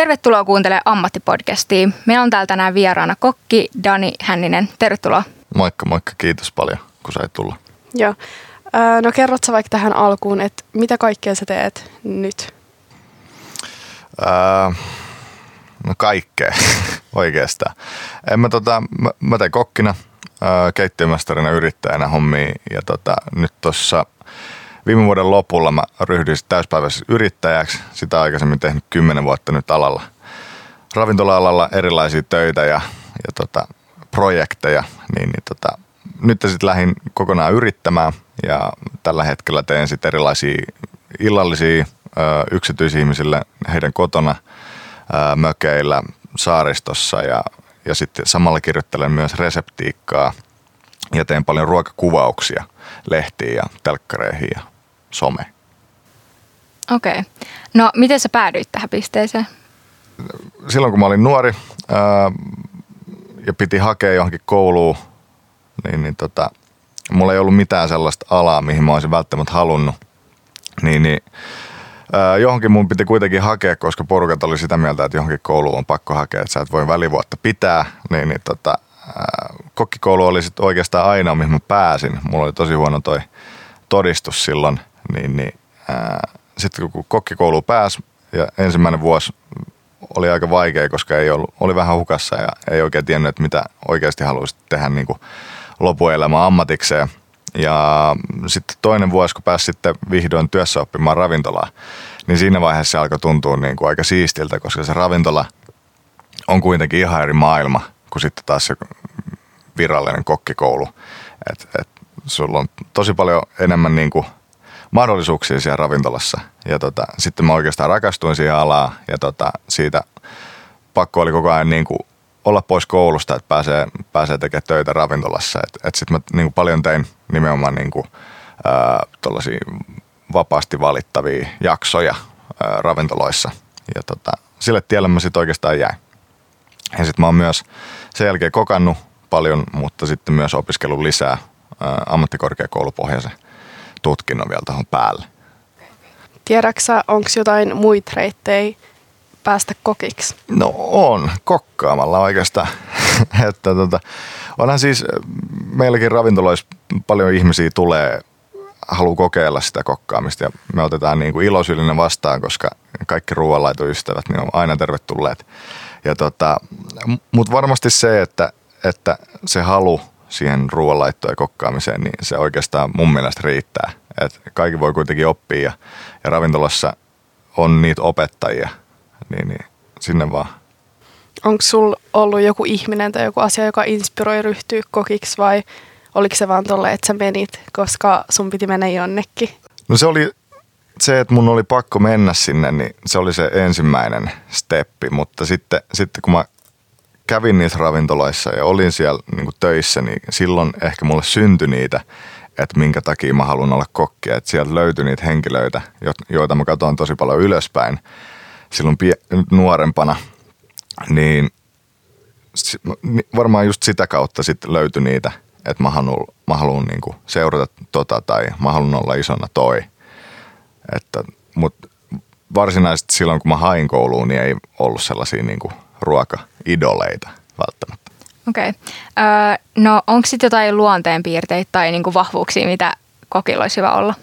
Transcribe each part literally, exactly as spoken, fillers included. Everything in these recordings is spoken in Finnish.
Tervetuloa kuuntelemaan Ammattipodcastia. Meillä on täällä tänään vieraana kokki Dani Hänninen. Tervetuloa. Moikka, moikka. Kiitos paljon, kun sait tulla. Joo. No kerrot sä vaikka tähän alkuun, että mitä kaikkea sä teet nyt? Öö, no kaikkea oikeastaan. En mä, tota, mä, mä teen kokkina, öö, keittiömestarina, yrittäjänä hommia ja tota, nyt tuossa viime vuoden lopulla mä ryhdyin täyspäiväiseksi yrittäjäksi. Sitä aikaisemmin tehnyt kymmenen vuotta nyt alalla. Ravintola-alalla erilaisia töitä ja, ja tota, projekteja. Niin, niin tota, nyt sitten lähdin kokonaan yrittämään ja tällä hetkellä teen sitten erilaisia illallisia ö, yksityisihmisille heidän kotona, ö, mökeillä, saaristossa ja, ja sitten samalla kirjoittelen myös reseptiikkaa ja teen paljon ruokakuvauksia lehtiin ja telkkareihin ja someen. Okei. Okay. No miten sä päädyit tähän pisteeseen? Silloin kun mä olin nuori ää, ja piti hakea johonkin kouluun, niin, niin tota, mulla ei ollut mitään sellaista alaa, mihin mä olisin välttämättä halunnut. Niin, niin, ää, johonkin mun piti kuitenkin hakea, koska porukat oli sitä mieltä, että johonkin kouluun on pakko hakea, että sä et voi välivuotta pitää. Niin, niin tota, ää, kokkikoulu oli sitten oikeastaan ainoa, mihin mä pääsin. Mulla oli tosi huono toi todistus silloin. Niin, niin, sitten kun kokkikouluun pääsi ja ensimmäinen vuosi oli aika vaikea, koska ei ollut, oli vähän hukassa ja ei oikein tiennyt, että mitä oikeasti haluaisi tehdä niin kuin lopuelämän ammatikseen. Ja sitten toinen vuosi, kun pääsi sitten vihdoin työssä oppimaan ravintolaa, niin siinä vaiheessa se alkoi tuntua niin kuin aika siistiltä, koska se ravintola on kuitenkin ihan eri maailma kuin sitten taas se virallinen kokkikoulu. Et, et sulla on tosi paljon enemmän niin kuin mahdollisuuksia siellä ravintolassa. Ja tota, sitten mä oikeastaan rakastuin siihen alaan ja tota, siitä pakko oli koko ajan niin kuin olla pois koulusta, että pääsee, pääsee tekemään töitä ravintolassa. Et, et sitten mä niin kuin paljon tein nimenomaan niin kuin, ää, tollaisia vapaasti valittavia jaksoja ää, ravintoloissa. Ja tota, sille tielle mä sitten oikeastaan jäin. Ja sitten mä oon myös sen jälkeen kokannut paljon, mutta sitten myös opiskellut lisää ää, ammattikorkeakoulupohjaisen tutkinnon vielä tuohon päälle. Tiedäksä, onko jotain muita reittejä päästä kokiksi? No on, kokkaamalla oikeastaan. että tota, onhan siis meilläkin ravintoloissa paljon ihmisiä tulee, haluaa kokeilla sitä kokkaamista ja me otetaan niin kuin ilosylinen vastaan, koska kaikki ruoanlaitoystävät niin on aina tervetulleet. Ja tota, mutta varmasti se, että, että se halu siihen ruoanlaittoon ja kokkaamiseen, niin se oikeastaan mun mielestä riittää. Et kaikki voi kuitenkin oppia ja, ja ravintolassa on niitä opettajia, niin, niin sinne vaan. Onko sulla ollut joku ihminen tai joku asia, joka inspiroi ryhtyä kokiksi vai oliko se vaan tolle, että sä menit, koska sun piti mennä jonnekin? No se oli se, että mun oli pakko mennä sinne, niin se oli se ensimmäinen steppi, mutta sitten, sitten kun mä kävin niissä ravintoloissa ja olin siellä niin kuin töissä, niin silloin ehkä mulle syntyi niitä, että minkä takia mä haluan olla kokki. Että sieltä löytyi niitä henkilöitä, joita mä katsoin tosi paljon ylöspäin silloin pie- nuorempana. Niin varmaan just sitä kautta sitten löytyi niitä, että mä haluan, mä haluan niin kuin seurata tota tai mä haluan olla isona toi. Että, mutta varsinaisesti silloin, kun mä hain kouluun, niin ei ollut sellaisia niin kuin ruoka-idoleita välttämättä. Okei. Okay. Öö, no onko sitten jotain luonteenpiirteitä tai niinku vahvuuksia, mitä kokilla olisi hyvä olla?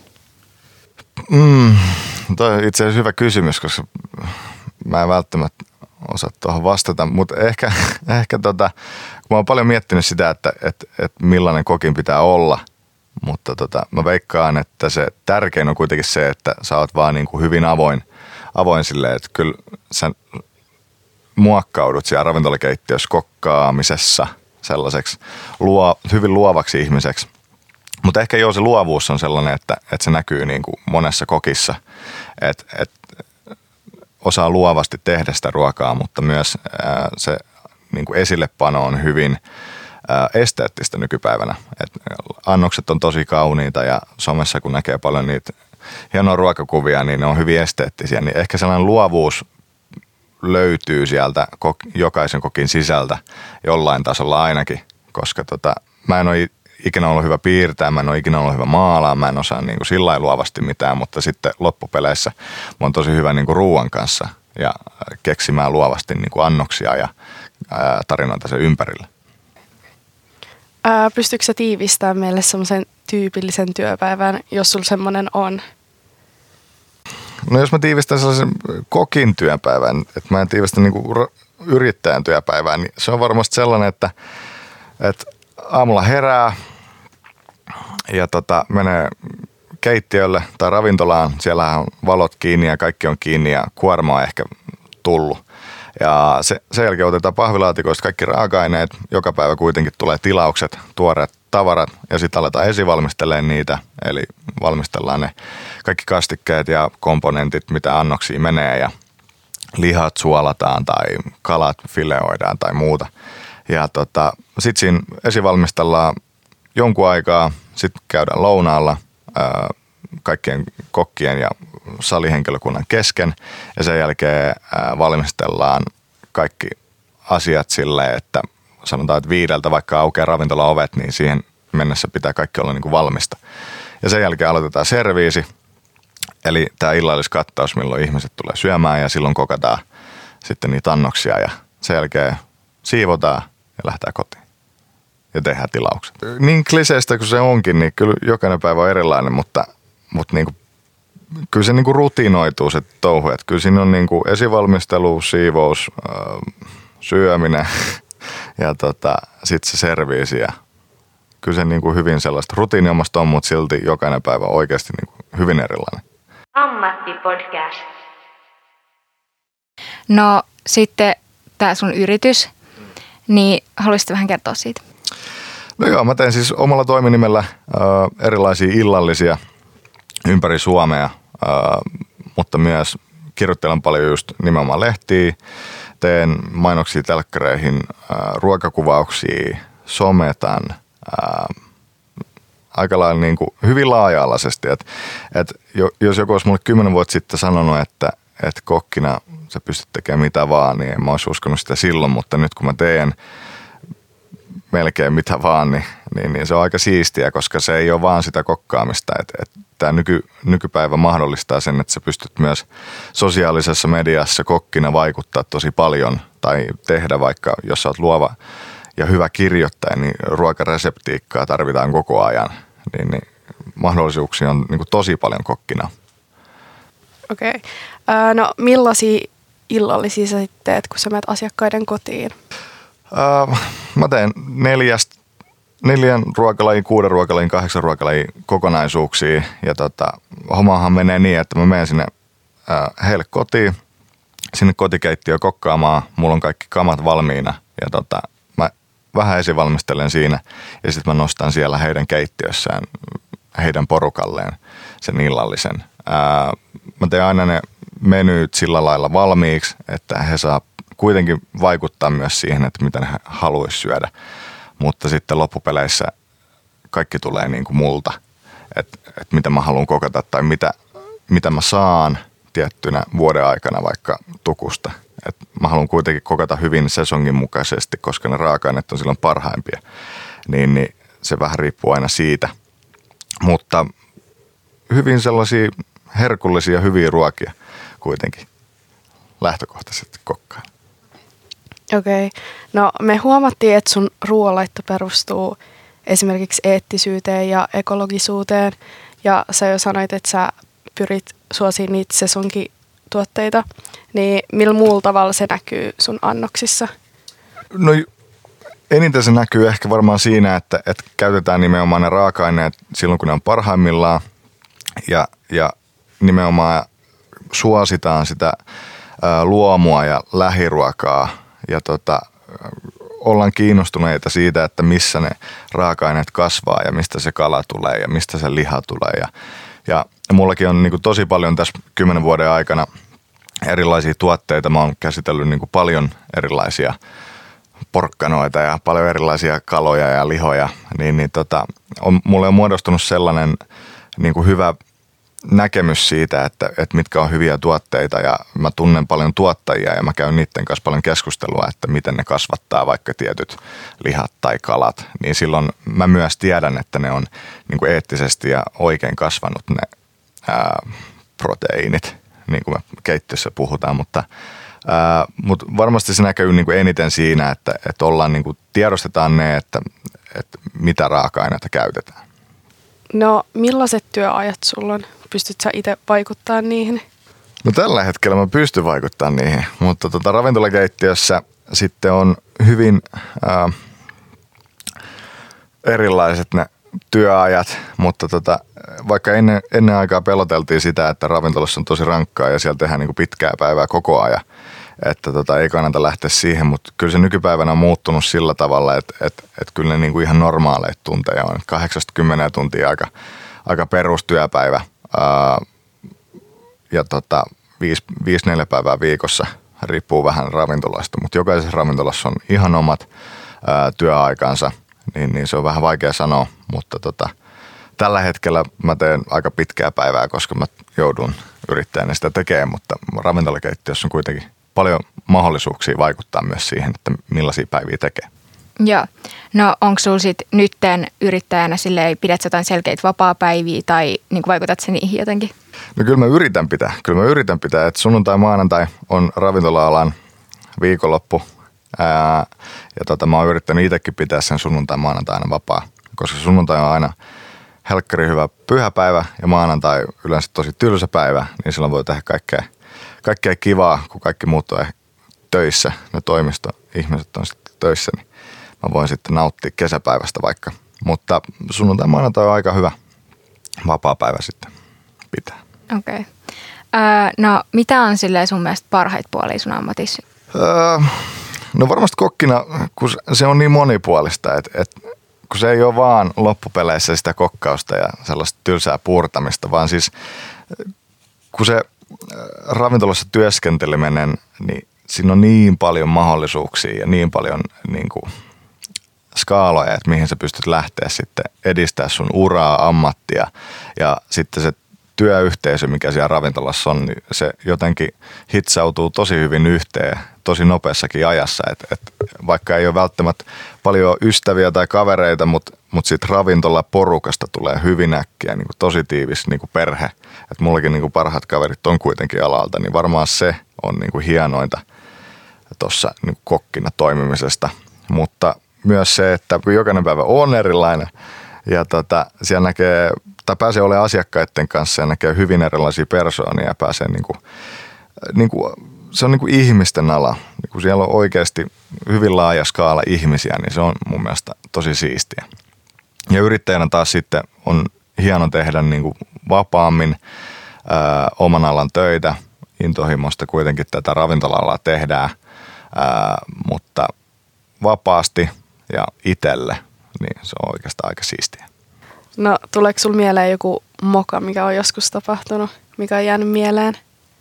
Mm, toi on itse asiassa hyvä kysymys, koska mä en välttämättä osaa tuohon vastata, mutta ehkä, ehkä tota, kun mä oon paljon miettinyt sitä, että et, et millainen kokin pitää olla, mutta tota, mä veikkaan, että se tärkein on kuitenkin se, että sä oot vaan niinku hyvin avoin, avoin silleen, että kyllä sä muokkaudut siellä ravintolakeittiössä kokkaamisessa sellaiseksi luo, hyvin luovaksi ihmiseksi. Mutta ehkä joo, se luovuus on sellainen, että, että se näkyy niin kuin monessa kokissa, että, että osaa luovasti tehdä sitä ruokaa, mutta myös ää, se niin kuin esillepano on hyvin ää, esteettistä nykypäivänä. Et annokset on tosi kauniita ja somessa kun näkee paljon niitä hienoja ruokakuvia, niin ne on hyvin esteettisiä. Niin ehkä sellainen luovuus löytyy sieltä jokaisen kokin sisältä jollain tasolla ainakin, koska tota, mä en ole ikinä ollut hyvä piirtää, mä en ole ikinä ollut hyvä maalaa, mä en osaa niin kuin sillä lailla luovasti mitään, mutta sitten loppupeleissä mä oon tosi hyvä niin kuin ruuan kanssa ja keksimään luovasti niin kuin annoksia ja ää, tarinoita sen ympärille. Ää, pystytkö sä tiivistämään meille semmoisen tyypillisen työpäivän, jos sulla semmoinen on? No jos mä tiivistän sellaisen kokin työpäivän, että mä en tiivistä niin kuin yrittäjän työpäivää, niin se on varmasti sellainen, että, että aamulla herää ja tota, menee keittiölle tai ravintolaan. Siellä on valot kiinni ja kaikki on kiinni ja kuorma on ehkä tullut. Ja se, sen jälkeen otetaan pahvilaatikoista kaikki raaka-aineet. Joka päivä kuitenkin tulee tilaukset, tuoreet tavarat ja sitten aletaan esivalmistelemaan niitä. Eli valmistellaan ne kaikki kastikkeet ja komponentit, mitä annoksiin menee ja lihat suolataan tai kalat fileoidaan tai muuta. Ja tota, sitten siinä esivalmistellaan jonkun aikaa, sitten käydään lounaalla ää, kaikkien kokkien ja salihenkilökunnan kesken ja sen jälkeen ää, valmistellaan kaikki asiat silleen, että sanotaan, että viideltä vaikka aukeaa ravintola ovet, niin siihen mennessä pitää kaikki olla niin kuin valmista. Ja sen jälkeen aloitetaan serviisi, eli tämä illalliskattaus, milloin ihmiset tulee syömään ja silloin kokataan sitten niitä annoksia ja sen jälkeen siivotaan ja lähdetään kotiin ja tehdään tilaukset. Niin kliseistä kuin se onkin, niin kyllä jokainen päivä on erilainen, mutta, mutta niin kuin, kyllä se niin kuin rutinoituu se touhu. Että kyllä siinä on niin kuin esivalmistelu, siivous, syöminen ja tota, sitten se serviisi. Ja kyllä se niin kuin hyvin sellaista rutiiniomasta on, mutta silti jokainen päivä on oikeasti niin kuin hyvin erilainen. Ammattipodcast. No sitten tämä sun yritys, niin haluaisitko vähän kertoa siitä? No joo, mä teen siis omalla toiminimellä äh, erilaisia illallisia ympäri Suomea, äh, mutta myös kirjoittelen paljon just nimenomaan lehtiä, teen mainoksia telkkareihin, äh, ruokakuvauksia, sometan, äh, aika lailla niin kuin hyvin laaja-alaisesti. Et, et jos joku olisi mulle kymmenen vuotta sitten sanonut, että et kokkina sä pystyt tekemään mitä vaan, niin en mä olisi uskonut sitä silloin, mutta nyt kun mä teen melkein mitä vaan, niin, niin, niin se on aika siistiä, koska se ei ole vaan sitä kokkaamista. Et, et tämä nyky, nykypäivä mahdollistaa sen, että sä pystyt myös sosiaalisessa mediassa kokkina vaikuttaa tosi paljon tai tehdä vaikka, jos sä oot luova ja hyvä kirjoittaja, niin ruokareseptiikkaa tarvitaan koko ajan. Niin, niin mahdollisuuksia on niin kuin tosi paljon kokkina. Okei. Okay. No millaisia illallisia sä sitten teet, kun sä menet asiakkaiden kotiin? Uh, mä teen neljästä, neljän ruokalajin, kuuden ruokalajin, kahdeksan ruokalajin kokonaisuuksia. Ja tota, hommahan menee niin, että mä menen sinne uh, heille kotiin, sinne kotikeittiöön kokkaamaan. Mulla on kaikki kamat valmiina ja tota, mä vähän esivalmistelen siinä. Ja sitten mä nostan siellä heidän keittiössään heidän porukalleen sen illallisen. Uh, mä teen aina ne menyyt sillä lailla valmiiksi, että he saa kuitenkin vaikuttaa myös siihen, että mitä ne haluaisi syödä. Mutta sitten loppupeleissä kaikki tulee niin kuin multa, että, että mitä mä haluan kokata tai mitä, mitä mä saan tiettynä vuoden aikana vaikka tukusta. Että mä haluan kuitenkin kokata hyvin sesongin mukaisesti, koska ne raaka-aineet on silloin parhaimpia. Niin, niin se vähän riippuu aina siitä. Mutta hyvin sellaisia herkullisia, hyviä ruokia kuitenkin lähtökohtaisesti kokkaan. Okei. Okay. No me huomattiin, että sun ruoanlaitto perustuu esimerkiksi eettisyyteen ja ekologisuuteen. Ja sä jo sanoit, että sä pyrit suosimaan niitä sesonkituotteita. Niin millä muulla tavalla se näkyy sun annoksissa? No eniten se näkyy ehkä varmaan siinä, että, että käytetään nimenomaan ne raaka-aineet silloin, kun ne on parhaimmillaan. Ja, ja nimenomaan suositaan sitä ää, luomua ja lähiruokaa. Ja tota, ollaan kiinnostuneita siitä, että missä ne raaka-aineet kasvaa ja mistä se kala tulee ja mistä se liha tulee. Ja, ja mullakin on niin kuin tosi paljon tässä kymmenen vuoden aikana erilaisia tuotteita. Mä oon käsitellyt niin kuin paljon erilaisia porkkanoita ja paljon erilaisia kaloja ja lihoja. Niin, niin tota, on, mulle on muodostunut sellainen niin kuin hyvä näkemys siitä, että, että mitkä on hyviä tuotteita ja mä tunnen paljon tuottajia ja mä käyn niiden kanssa paljon keskustelua, että miten ne kasvattaa vaikka tietyt lihat tai kalat, niin silloin mä myös tiedän, että ne on niin kuin eettisesti ja oikein kasvanut ne ää, proteiinit niin kuin me keittiössä puhutaan, mutta, ää, mutta varmasti se näkyy niin kuin eniten siinä, että, että ollaan, niin kuin, tiedostetaan ne, että, että mitä raaka-aineita käytetään. No millaiset työajat sulla on? Pystyt sä itse vaikuttamaan niihin? No tällä hetkellä mä pystyn vaikuttamaan niihin, mutta tota, ravintolakeittiössä sitten on hyvin ää, erilaiset ne työajat, mutta tota, vaikka ennen, ennen aikaa peloteltiin sitä, että ravintolassa on tosi rankkaa ja siellä tehdään niinku pitkää päivää koko ajan, että tota, ei kannata lähteä siihen, mutta kyllä se nykypäivänä on muuttunut sillä tavalla, että, että, että kyllä ne niinku ihan normaaleita tunteja on. kahdeksasta tuntia aika, aika perustyöpäivä ää, ja tota, viisi, viisi neljä päivää viikossa, riippuu vähän ravintolasta, mutta jokaisessa ravintolassa on ihan omat ää, työaikansa. Niin, niin se on vähän vaikea sanoa, mutta tota, tällä hetkellä mä teen aika pitkää päivää, koska mä joudun yrittäjänä sitä tekemään, mutta ravintolakeittiössä on kuitenkin paljon mahdollisuuksia vaikuttaa myös siihen, että millaisia päiviä tekee. Joo. No onko sulla sitten nytten yrittäjänä silleen, pidät sä jotain selkeitä vapaapäiviä tai niin vaikutat sä niihin jotenkin? No kyllä mä yritän pitää. Kyllä mä yritän pitää, että sunnuntai maanantai on ravintola-alan viikonloppu. Ää, ja tota, mä oon yrittänyt itsekin pitää sen sunnuntai maanantaina vapaa, koska sunnuntai on aina helkkari hyvä pyhäpäivä ja maanantai yleensä tosi tylsä päivä, niin silloin voi tehdä kaikkea, kaikkea kivaa, kun kaikki muut on töissä, ne toimisto-ihmiset on sitten töissä, niin mä voin sitten nauttia kesäpäivästä vaikka, mutta sunnuntai maanantai on aika hyvä vapaa-päivä sitten pitää. Okei. Okay. Öö, no mitä on silleen sun mielestä parhaita puolia sun ammatissa? Öö, No varmasti kokkina, kun se on niin monipuolista, että, että kun se ei ole vaan loppupeleissä sitä kokkausta ja sellaista tylsää puurtamista, vaan siis kun se ravintolassa työskenteleminen, niin siinä on niin paljon mahdollisuuksia ja niin paljon niin kuin skaaloja, että mihin sä pystyt lähteä sitten edistää sun uraa, ammattia ja sitten se työyhteisö, mikä siellä ravintolassa on, niin se jotenkin hitsautuu tosi hyvin yhteen tosi nopeassakin ajassa. Et, et vaikka ei ole välttämättä paljon ystäviä tai kavereita, mutta mut siitä ravintola-porukasta tulee hyvin äkkiä niin kuin tosi tiivis niin kuin perhe. Et mullakin niin kuin parhaat kaverit on kuitenkin alalta, niin varmaan se on niin kuin hienointa tuossa niin kuin kokkina toimimisesta. Mutta myös se, että kun jokainen päivä on erilainen ja tota, siellä näkee tai pääsee olemaan asiakkaiden kanssa ja näkee hyvin erilaisia persoonia ja pääsee niin kuin, niin kuin, se on niin kuin ihmisten ala. Niin kun siellä on oikeasti hyvin laaja skaala ihmisiä, niin se on mun mielestä tosi siistiä. Ja yrittäjänä taas sitten on hieno tehdä niin kuin vapaammin ää, oman alan töitä. Intohimosta kuitenkin tätä ravintola-alaa tehdään, ää, mutta vapaasti ja itselle, niin se on oikeastaan aika siistiä. No tuleeko sulla mieleen joku moka, mikä on joskus tapahtunut, mikä on jäänyt mieleen?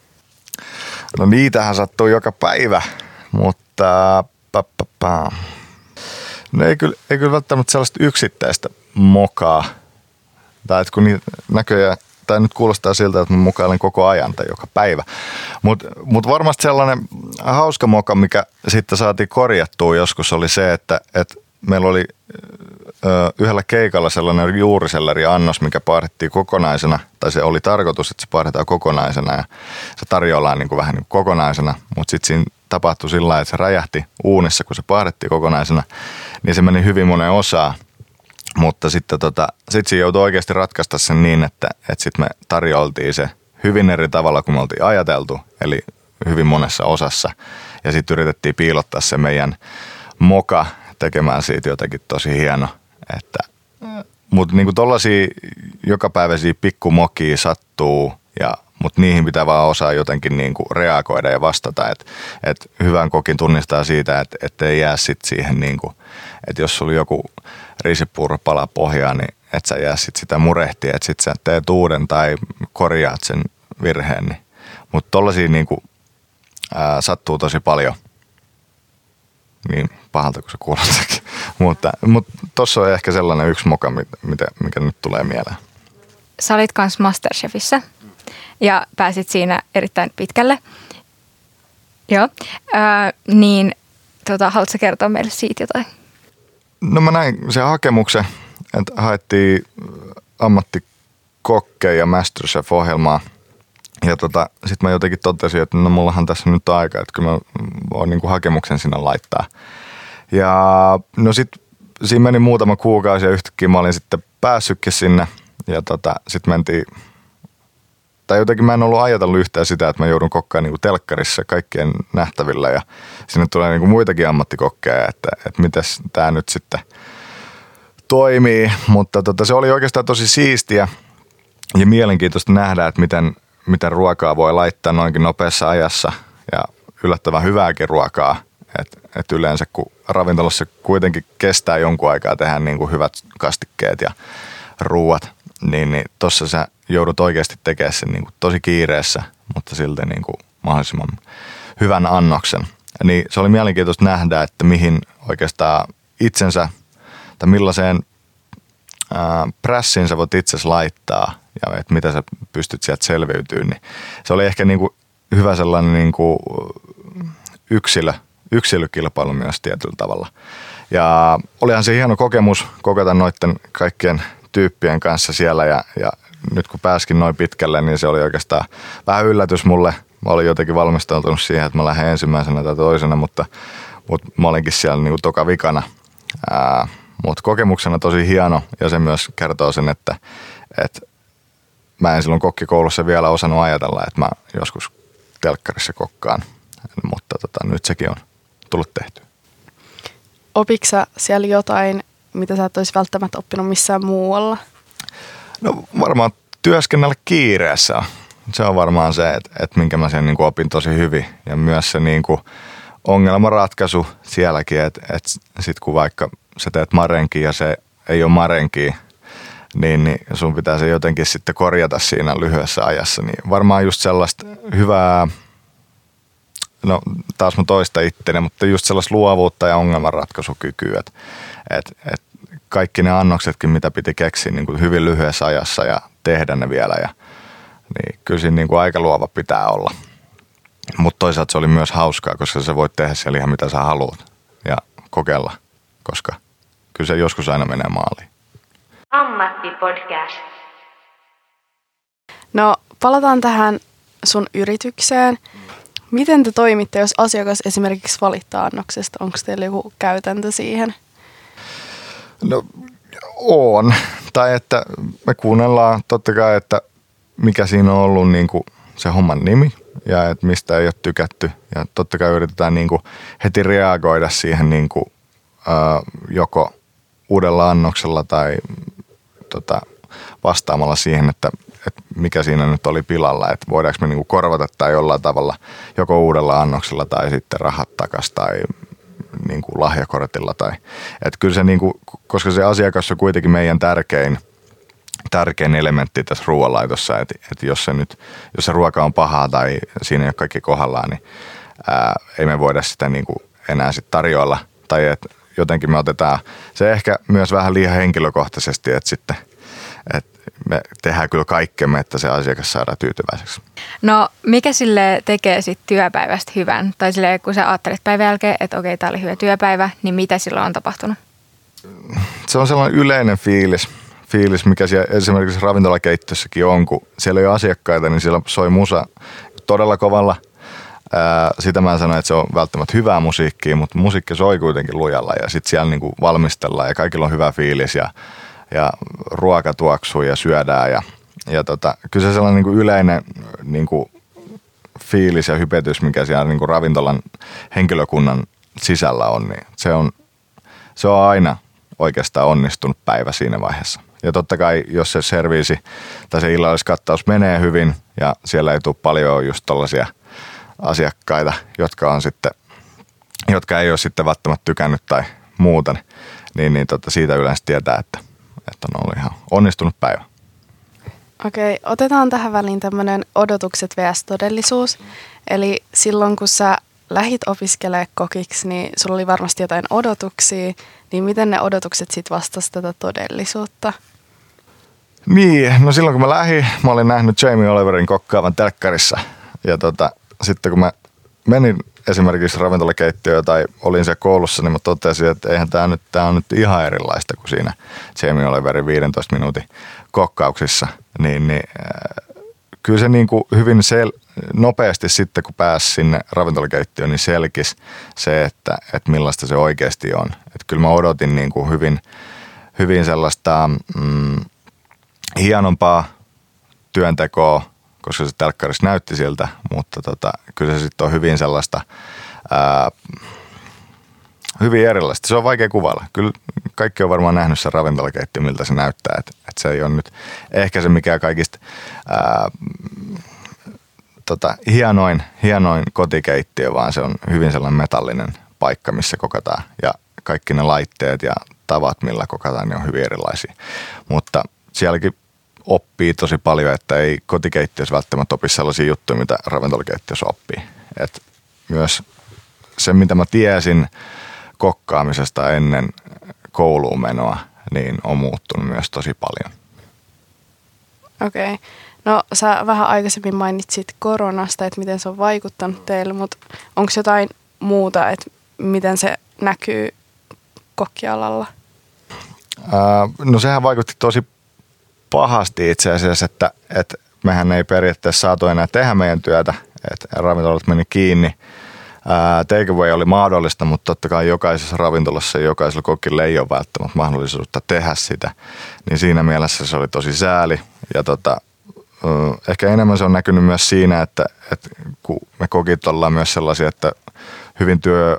No niitähän sattuu joka päivä, mutta pa, pa, pa. No ei kyllä, ei kyllä välttämättä sellaista yksittäistä mokaa. Tai että kun niitä näköjään, tai nyt kuulostaa siltä, että mä mukailen koko ajan tai joka päivä. Mutta mut varmasti sellainen hauska moka, mikä sitten saatiin korjattua joskus, oli se, että, että meillä oli yhdellä keikalla sellainen juuriselleri-annos, mikä paadettiin kokonaisena, tai se oli tarkoitus, että se paadetaan kokonaisena ja se tarjoillaan niin kuin vähän niin kuin kokonaisena, mutta sitten siinä tapahtui sillä lailla, että se räjähti uunissa, kun se paadettiin kokonaisena, niin se meni hyvin moneen osaan, mutta sitten tota, sit siinä joutui oikeasti ratkaista sen niin, että, että sitten me tarjoltiin se hyvin eri tavalla kuin me oltiin ajateltu, eli hyvin monessa osassa, ja sitten yritettiin piilottaa se meidän moka tekemään siitä jotenkin tosi hieno. Että, mutta niinku tollaisia jokapäiväisiä pikkumokia sattuu, ja, mutta niihin pitää vaan osaa jotenkin niinku reagoida ja vastata. Että et hyvän kokin tunnistaa siitä, että et ei jää sit siihen, niinku, että jos sulla joku riisipuuro palaa pohjaan, niin et sä jää sit sitä murehtia, että sit sä teet uuden tai korjaat sen virheen. Niin. Mutta tollaisia niinku, ää, sattuu tosi paljon. Niin pahalta kuin se kuulostakin. mutta mutta tossa on ehkä sellainen yksi moka, mitä, mikä nyt tulee mieleen. Sä olit kans Masterchefissä ja pääsit siinä erittäin pitkälle. Joo. Ää, niin tota, haluatko kertoa meille siitä jotain? No mä näin sen hakemuksen, että haettiin ammattikokkeja ja Masterchef-ohjelmaa. Ja tota, sitten mä jotenkin totesin, että no mullahan tässä nyt on aika, että kyllä mä voin niin kuin hakemuksen sinne laittaa. Ja no sitten siinä meni muutama kuukausi ja yhtäkkiä mä olin sitten päässytkin sinne ja tota, sitten mentiin, tai jotenkin mä en ollut ajatellut yhtään sitä, että mä joudun kokkaan niin kuin telkkarissa kaikkien nähtävillä ja sinne tulee niin kuin muitakin ammattikokkeja, että, että mitäs tää nyt sitten toimii, mutta tota, se oli oikeastaan tosi siistiä ja mielenkiintoista nähdä, että miten, miten ruokaa voi laittaa noinkin nopeassa ajassa ja yllättävän hyvääkin ruokaa. Että et yleensä kun ravintolassa kuitenkin kestää jonkun aikaa tehdä niin kuin hyvät kastikkeet ja ruuat, niin, niin tossa sä joudut oikeasti tekemään sen niin kuin tosi kiireessä, mutta silti niin kuin mahdollisimman hyvän annoksen. Niin se oli mielenkiintoista nähdä, että mihin oikeastaan itsensä tai millaiseen ää, prässiin sä voit itsesi laittaa ja että mitä sä pystyt sieltä selviytymään. Niin se oli ehkä niin kuin hyvä sellainen niin kuin yksilö, yksilökilpailu myös tietyllä tavalla. Ja olihan se hieno kokemus kokata noiden kaikkien tyyppien kanssa siellä ja, ja nyt kun pääskin noin pitkälle, niin se oli oikeastaan vähän yllätys mulle. Mä olin jotenkin valmistautunut siihen, että mä lähden ensimmäisenä tai toisena, mutta, mutta mä olinkin siellä niin kuin toka vikana. Ää, mutta kokemuksena tosi hieno ja se myös kertoo sen, että, että mä en silloin kokkikoulussa vielä osannut ajatella, että mä joskus telkkarissa kokkaan, mutta tota, nyt sekin on tullut tehtyä. Opitko sä siellä jotain, mitä sä et olisi välttämättä oppinut missään muualla? No varmaan työskennellä kiireessä on. Se on varmaan se, että, että minkä mä sen niin kuin opin tosi hyvin. Ja myös se niin kuin ongelmanratkaisu sielläkin, että, että sit kun vaikka sä teet marenkin ja se ei ole marenki, niin, niin sun pitää se jotenkin sitten korjata siinä lyhyessä ajassa. Niin varmaan just sellaista hyvää, no taas mä toista itteni, mutta just sellaista luovuutta ja ongelmanratkaisukykyä, että, että, että kaikki ne annoksetkin, mitä piti keksiä niin kuin hyvin lyhyessä ajassa ja tehdä ne vielä, ja, niin kyllä siinä niin kuin aika luova pitää olla. Mutta toisaalta se oli myös hauskaa, koska sä voit tehdä siellä ihan mitä sä haluat ja kokeilla, koska kyllä se joskus aina menee maaliin. Ammattipodcast. No palataan tähän sun yritykseen. Miten te toimitte, jos asiakas esimerkiksi valittaa annoksesta? Onko teillä joku käytäntö siihen? No on. Tai että me kuunnellaan totta kai, että mikä siinä on ollut niin kuin se homman nimi ja että mistä ei ole tykätty. Ja totta kai yritetään niin kuin heti reagoida siihen niin kuin, ää, joko uudella annoksella tai tota, vastaamalla siihen, että, että mikä siinä nyt oli pilalla. Että voidaanko me niin kuin korvata tai jollain tavalla joko uudella annoksella tai sitten rahat takaisin tai niin kuin lahjakortilla. Tai, että kyllä se, niin kuin, koska se asiakas on kuitenkin meidän tärkein, tärkein elementti tässä ruoanlaitossa, että, että jos, se nyt, jos se ruoka on pahaa tai siinä ei ole kaikki kohdallaan, niin ää, ei me voida sitä niin kuin enää sit tarjoilla. Tai että jotenkin me otetaan se ehkä myös vähän liian henkilökohtaisesti, että sitten että me tehdään kyllä kaikkemme, että se asiakas saadaan tyytyväiseksi. No mikä sille tekee sitten työpäivästä hyvän? Tai silleen, kun sä ajattelet päivän jälkeen, että okei, tää oli hyvä työpäivä, niin mitä silloin on tapahtunut? Se on sellainen yleinen fiilis, fiilis mikä siellä esimerkiksi ravintolakeittiössäkin on, kun siellä ei ole asiakkaita, niin siellä soi musa todella kovalla. Ää, sitä mä en sano, että se on välttämättä hyvää musiikkia, mutta musiikki soi kuitenkin lujalla ja sitten siellä niinku valmistellaan ja kaikilla on hyvä fiilis ja ja ruoka tuoksuu ja syödään ja, ja tota, kyllä se sellainen niin kuin yleinen niin kuin fiilis ja hypetys, mikä siellä niin kuin ravintolan henkilökunnan sisällä on, niin se on, se on aina oikeastaan onnistunut päivä siinä vaiheessa. Ja totta kai, jos se serviisi tai se illalliskattaus menee hyvin ja siellä ei tule paljon just tollaisia asiakkaita, jotka on sitten, jotka ei ole sitten välttämättä tykännyt tai muuta, niin, niin tota, siitä yleensä tietää, että että on ollut ihan onnistunut päivä. Okei, otetaan tähän väliin tämmöinen odotukset versus todellisuus. Eli silloin kun sä lähit opiskelemaan kokiksi, niin sulla oli varmasti jotain odotuksia. Niin miten ne odotukset sitten vastasi tätä todellisuutta? Niin, no silloin kun mä lähdin, mä olin nähnyt Jamie Oliverin kokkaavan telkkarissa. Ja tota, sitten kun mä menin esimerkiksi ravintolakeittiöön tai olin siellä koulussa, niin mä totesin, että eihän tää nyt, tää on nyt ihan erilaista kuin siinä Jamie Oliverin viidentoista minuutin kokkauksissa. Niin, niin kyllä se niin kuin hyvin sel- nopeasti sitten, kun pääsi sinne ravintolakeittiöön, niin selkisi se, että, että millaista se oikeasti on. Että kyllä mä odotin niin kuin hyvin, hyvin sellaista mm, hienompaa työntekoa, koska se telkkarissa näytti siltä, mutta tota, kyllä se sitten on hyvin sellaista, ää, hyvin erilaista. Se on vaikea kuvailla. Kyllä kaikki on varmaan nähnyt sen ravintolakeittiön, miltä se näyttää. Että et se ei ole nyt ehkä se mikään kaikista ää, tota, hienoin, hienoin kotikeittiö, vaan se on hyvin sellainen metallinen paikka, missä kokataan. Ja kaikki ne laitteet ja tavat, millä kokataan, ne on hyvin erilaisia. Mutta sielläkin oppii tosi paljon, että ei kotikeittiössä välttämättä opi sellaisia juttuja, mitä ravintolakeittiössä oppii. Et myös se, mitä mä tiesin kokkaamisesta ennen kouluun menoa, niin on muuttunut myös tosi paljon. Okei. Okay. No sä vähän aikaisemmin mainitsit koronasta, että miten se on vaikuttanut teille, mutta onko jotain muuta, että miten se näkyy kokkialalla? Ää, no sehän vaikutti tosi pahasti itse asiassa, että, että mehän ei periaatteessa saatu enää tehdä meidän työtä, että ravintolat meni kiinni. Takeaway oli mahdollista, mutta totta kai jokaisessa ravintolassa ja jokaisella kokilla ei ole välttämättä mahdollisuutta tehdä sitä. Niin siinä mielessä se oli tosi sääli. Ja tota, ehkä enemmän se on näkynyt myös siinä, että, että kun me kokit ollaan myös sellaisia, että hyvin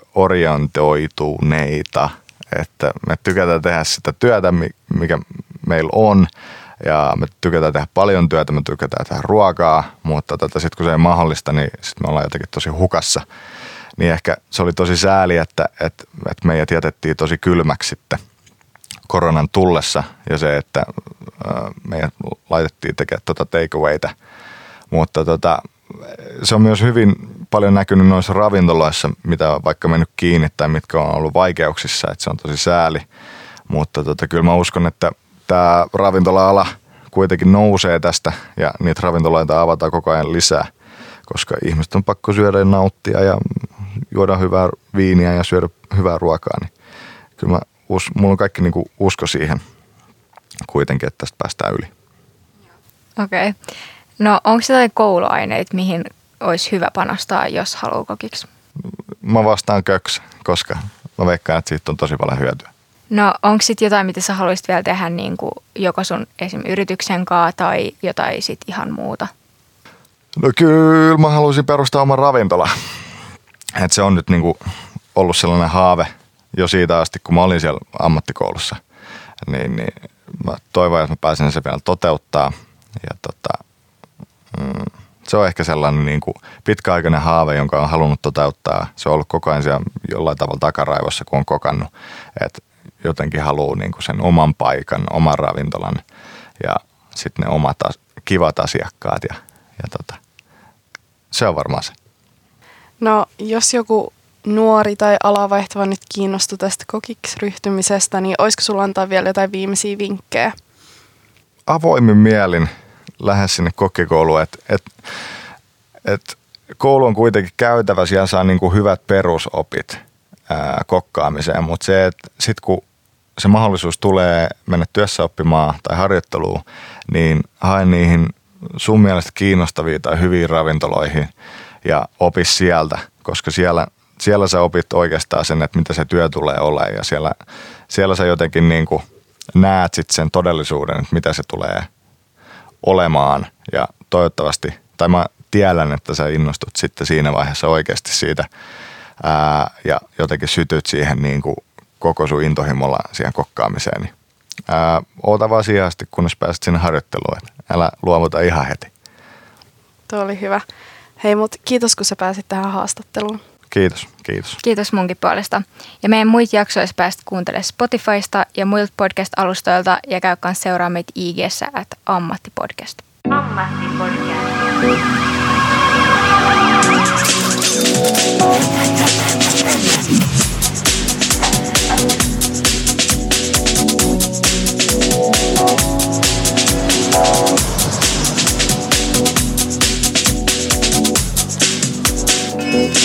työorientoituneita, että me tykätään tehdä sitä työtä, mikä meillä on. Ja me tykätään tehdä paljon työtä, me tykätään tehdä ruokaa, mutta tota, sitten kun se ei mahdollista, niin sitten me ollaan jotenkin tosi hukassa. Niin ehkä se oli tosi sääli, että, että, että meidät jätettiin tosi kylmäksi sitten koronan tullessa ja se, että meidät laitettiin tekemään tuota takeawayta. Mutta tota, se on myös hyvin paljon näkynyt noissa ravintoloissa, mitä on vaikka mennyt kiinni tai mitkä on ollut vaikeuksissa, että se on tosi sääli. Mutta tota, kyllä mä uskon, että tämä ravintola-ala kuitenkin nousee tästä ja niitä ravintoloita avataan koko ajan lisää, koska ihmiset on pakko syödä ja nauttia ja juoda hyvää viiniä ja syödä hyvää ruokaa. Niin kyllä mä, mulla on kaikki niinku usko siihen kuitenkin, että tästä päästään yli. Okei. Okay. No onko jotain kouluaineita, mihin olisi hyvä panostaa, jos haluaa kokiksi? Mä vastaan köks, koska mä veikkaan, että siitä on tosi paljon hyötyä. No onko sitten jotain, mitä sä haluaisit vielä tehdä niin kuin joko sun esim. Yrityksen kanssa tai jotain sit ihan muuta? No kyllä mä haluaisin perustaa oman ravintola. Et se on nyt niinku ollut sellainen haave jo siitä asti, kun mä olin siellä ammattikoulussa. Niin, niin mä toivon, että mä pääsen sen vielä toteuttaa. Ja tota, mm, se on ehkä sellainen niinku pitkäaikainen haave, jonka on halunnut toteuttaa. Se on ollut koko ajan siellä jollain tavalla takaraivossa, kun on kokannut. Että jotenkin haluaa niinku sen oman paikan, oman ravintolan ja sitten ne omat kivat asiakkaat. Ja, ja tota, se on varmaan se. No jos joku nuori tai alavaihtava nyt kiinnostui tästä kokiksi ryhtymisestä, niin olisiko sulla antaa vielä jotain viimeisiä vinkkejä? Avoimin mielin lähde sinne kokkikouluun, että et, et koulu on kuitenkin käytävä, siellä saa niinku hyvät perusopit ää, kokkaamiseen, mutta se, että sitten kun se mahdollisuus tulee mennä työssä oppimaan tai harjoitteluun, niin hae niihin sun mielestä kiinnostavia tai hyviin ravintoloihin ja opi sieltä, koska siellä, siellä sä opit oikeastaan sen, että mitä se työ tulee olemaan ja siellä, siellä sä jotenkin niin kuin näet sit sen todellisuuden, että mitä se tulee olemaan ja toivottavasti, tai mä tiedän, että sä innostut sitten siinä vaiheessa oikeasti siitä ää, ja jotenkin sytyt siihen niin kuin koko sun intohimolla siihen kokkaamiseen. Niin, ää, oota vaan siihen asti, kunnes pääset sinne harjoitteluun, että älä luovuta ihan heti. Tuo oli hyvä. Hei, mut kiitos, kun sä pääsit tähän haastatteluun. Kiitos, kiitos. Kiitos munkin puolesta. Ja meidän muita jaksoissa pääset kuuntelemaan Spotifysta ja muilta podcast-alustoilta ja käy kans seuraa meitä I G:ssä at ammattipodcast. Ammattipodcast. Thank you.